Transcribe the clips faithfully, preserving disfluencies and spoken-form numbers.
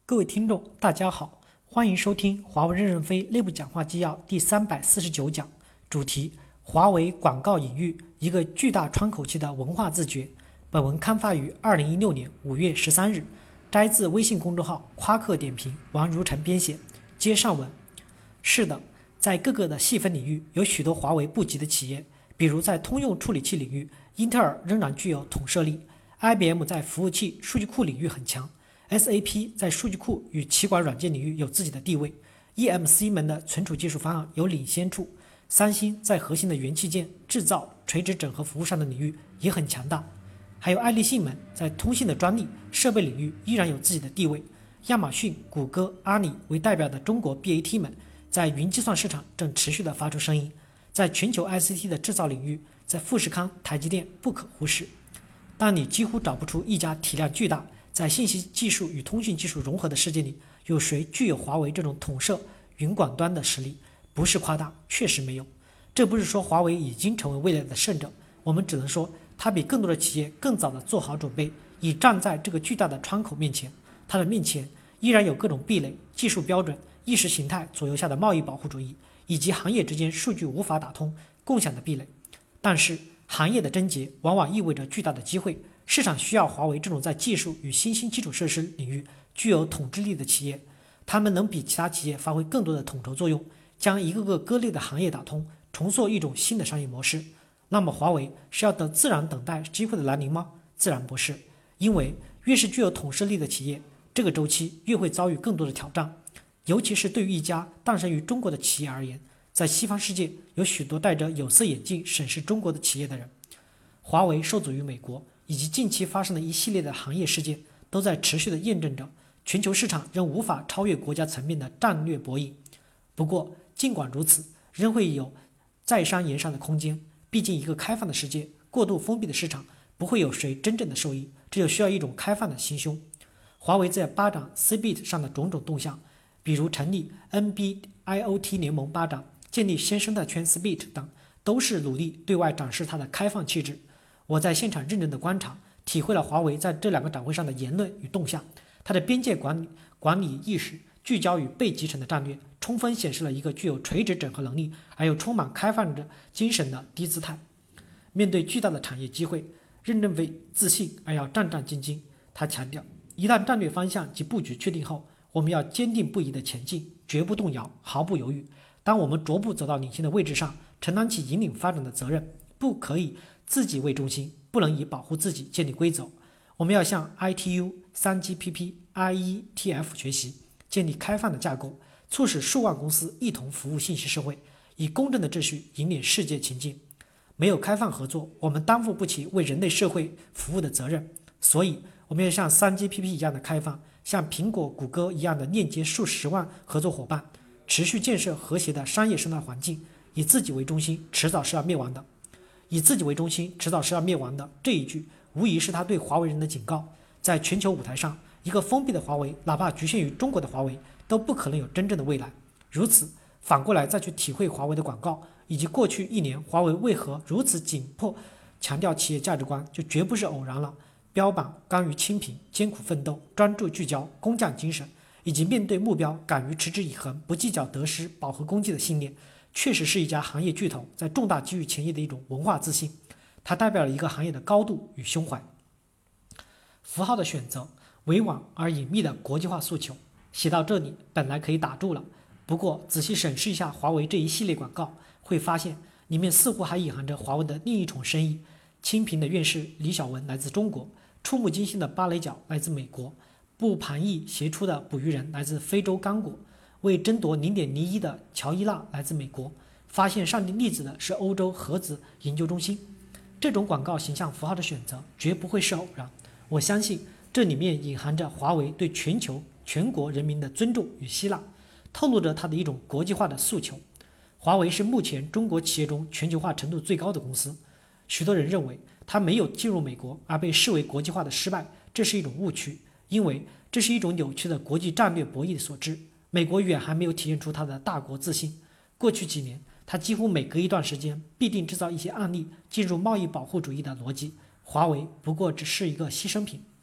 各位听众，大家好，欢迎收听华为任正非内部讲话纪要第三百四十九讲，主题：华为广告领域一个巨大窗口期的文化自觉。本文刊发于二零一六年五月十三日，摘自微信公众号夸克点评，王如晨编写。接上文。是的，在各个的细分领域，有许多华为不及的企业，比如在通用处理器领域，英特尔仍然具有统摄力 ；I B M 在服务器、数据库领域很强。S A P 在数据库与企管软件领域有自己的地位 ，E M C 门的存储技术方案有领先处。三星在核心的元器件制造、垂直整合服务上的领域也很强大。还有爱立信门在通信的专利、设备领域依然有自己的地位。亚马逊、谷歌、阿里为代表的中国 B A T 门在云计算市场正持续地发出声音。在全球 I C T 的制造领域，在富士康、台积电不可忽视。但你几乎找不出一家体量巨大，在信息技术与通讯技术融合的世界里，有谁具有华为这种统摄云管端的实力？不是夸大，确实没有。这不是说华为已经成为未来的胜者，我们只能说它比更多的企业更早的做好准备，已站在这个巨大的窗口面前。它的面前依然有各种壁垒、技术标准、意识形态左右下的贸易保护主义，以及行业之间数据无法打通、共享的壁垒。但是，行业的症结往往意味着巨大的机会。市场需要华为这种在技术与新兴基础设施领域具有统治力的企业，他们能比其他企业发挥更多的统筹作用，将一个个割裂的行业打通，重塑一种新的商业模式。那么华为是要等自然等待机会的来临吗？自然不是，因为越是具有统摄力的企业，这个周期越会遭遇更多的挑战。尤其是对于一家诞生于中国的企业而言，在西方世界有许多戴着有色眼镜审视中国的企业的人。华为受阻于美国，以及近期发生的一系列的行业事件，都在持续的验证着全球市场仍无法超越国家层面的战略博弈。不过，尽管如此，仍会有再商言商的空间。毕竟，一个开放的世界，过度封闭的市场，不会有谁真正的受益，这就需要一种开放的心胸。华为在巴掌 C B I T 上的种种动向，比如成立 N B I O T 联盟巴掌、建立先生态圈 C B I T 等，都是努力对外展示它的开放气质。我在现场认真的观察，体会了华为在这两个展会上的言论与动向。它的边界管理管理意识聚焦于被集成的战略，充分显示了一个具有垂直整合能力，还有充满开放的精神的低姿态。面对巨大的产业机会，任正非自信而要战战兢兢。他强调，一旦战略方向及布局确定后，我们要坚定不移地前进，绝不动摇，毫不犹豫。当我们逐步走到领先的位置上，承担起引领发展的责任，不可以自己为中心，不能以保护自己建立规则。我们要向 I T U、三 G P P、I E T F 学习，建立开放的架构，促使数万公司一同服务信息社会，以公正的秩序引领世界前进。没有开放合作，我们担负不起为人类社会服务的责任。所以，我们要像 三 G P P 一样的开放，像苹果、谷歌一样的链接数十万合作伙伴，持续建设和谐的商业生态环境。以自己为中心，迟早是要灭亡的。以自己为中心，迟早是要灭亡的。这一句无疑是他对华为人的警告。在全球舞台上，一个封闭的华为，哪怕局限于中国的华为，都不可能有真正的未来。如此，反过来再去体会华为的广告，以及过去一年华为为何如此紧迫强调企业价值观，就绝不是偶然了。标榜甘于清贫、艰苦奋斗、专注聚焦、工匠精神，以及面对目标敢于持之以恒、不计较得失、饱和功绩的信念，确实是一家行业巨头在重大机遇前夜的一种文化自信。它代表了一个行业的高度与胸怀。符号的选择，委婉而隐秘的国际化诉求。写到这里本来可以打住了，不过仔细审视一下华为这一系列广告，会发现里面似乎还隐含着华为的另一重深意。清贫的院士李小文来自中国，触目惊心的芭蕾脚来自美国，不盘翼斜出的捕鱼人来自非洲刚果，为争夺零点零一的乔伊娜来自美国，发现上帝粒子的是欧洲核子研究中心。这种广告形象符号的选择绝不会是偶然，我相信这里面隐含着华为对全球全国人民的尊重与希腊，透露着它的一种国际化的诉求。华为是目前中国企业中全球化程度最高的公司，许多人认为它没有进入美国而被视为国际化的失败，这是一种误区，因为这是一种扭曲的国际战略博弈所致。美国远还没有体现出它的大国自信。过去几年，它几乎每隔一段时间必定制造一些案例进入贸易保护主义的逻辑，华为不过只是一个牺牲品。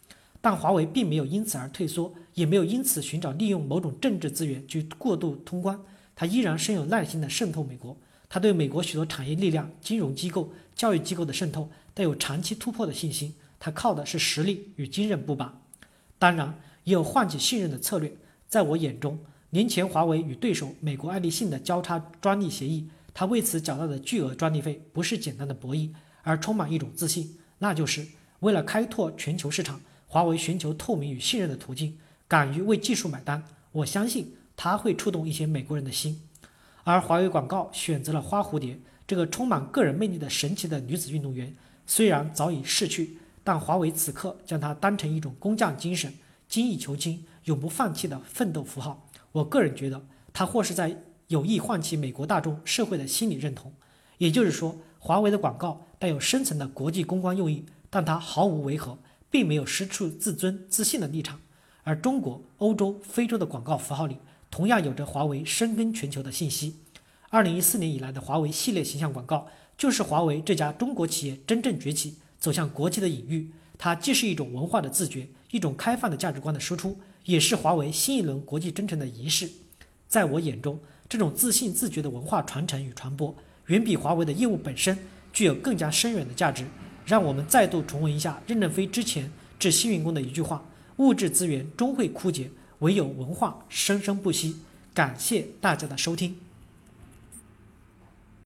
但华为并没有因此而退缩，也没有因此寻找利用某种政治资源去过度通关，它依然深有耐心地渗透美国。它对美国许多产业力量、金融机构、教育机构的渗透带有长期突破的信心，它靠的是实力与坚韧不拔。当然，也有唤起信任的策略。在我眼中，年前华为与对手美国爱立信的交叉专利协议，它为此缴纳的巨额专利费不是简单的博弈，而充满一种自信，那就是为了开拓全球市场，华为寻求透明与信任的途径，敢于为技术买单。我相信它会触动一些美国人的心。而华为广告选择了花蝴蝶这个充满个人魅力的神奇的女子运动员，虽然早已逝去，但华为此刻将她当成一种工匠精神、精益求精、永不放弃的奋斗符号。我个人觉得，它或是在有意唤起美国大众社会的心理认同。也就是说，华为的广告带有深层的国际公关用意，但它毫无违和，并没有失去自尊自信的立场。而中国、欧洲、非洲的广告符号里，同样有着华为深耕全球的信息。二零一四年以来的华为系列形象广告，就是华为这家中国企业真正崛起、走向国际的隐喻。它既是一种文化的自觉，一种开放的价值观的输出，也是华为新一轮国际征程的仪式。在我眼中，这种自信自觉的文化传承与传播，远比华为的业务本身具有更加深远的价值。让我们再度重温一下任正非之前致新员工的一句话：物质资源终会枯竭，唯有文化生生不息。感谢大家的收听。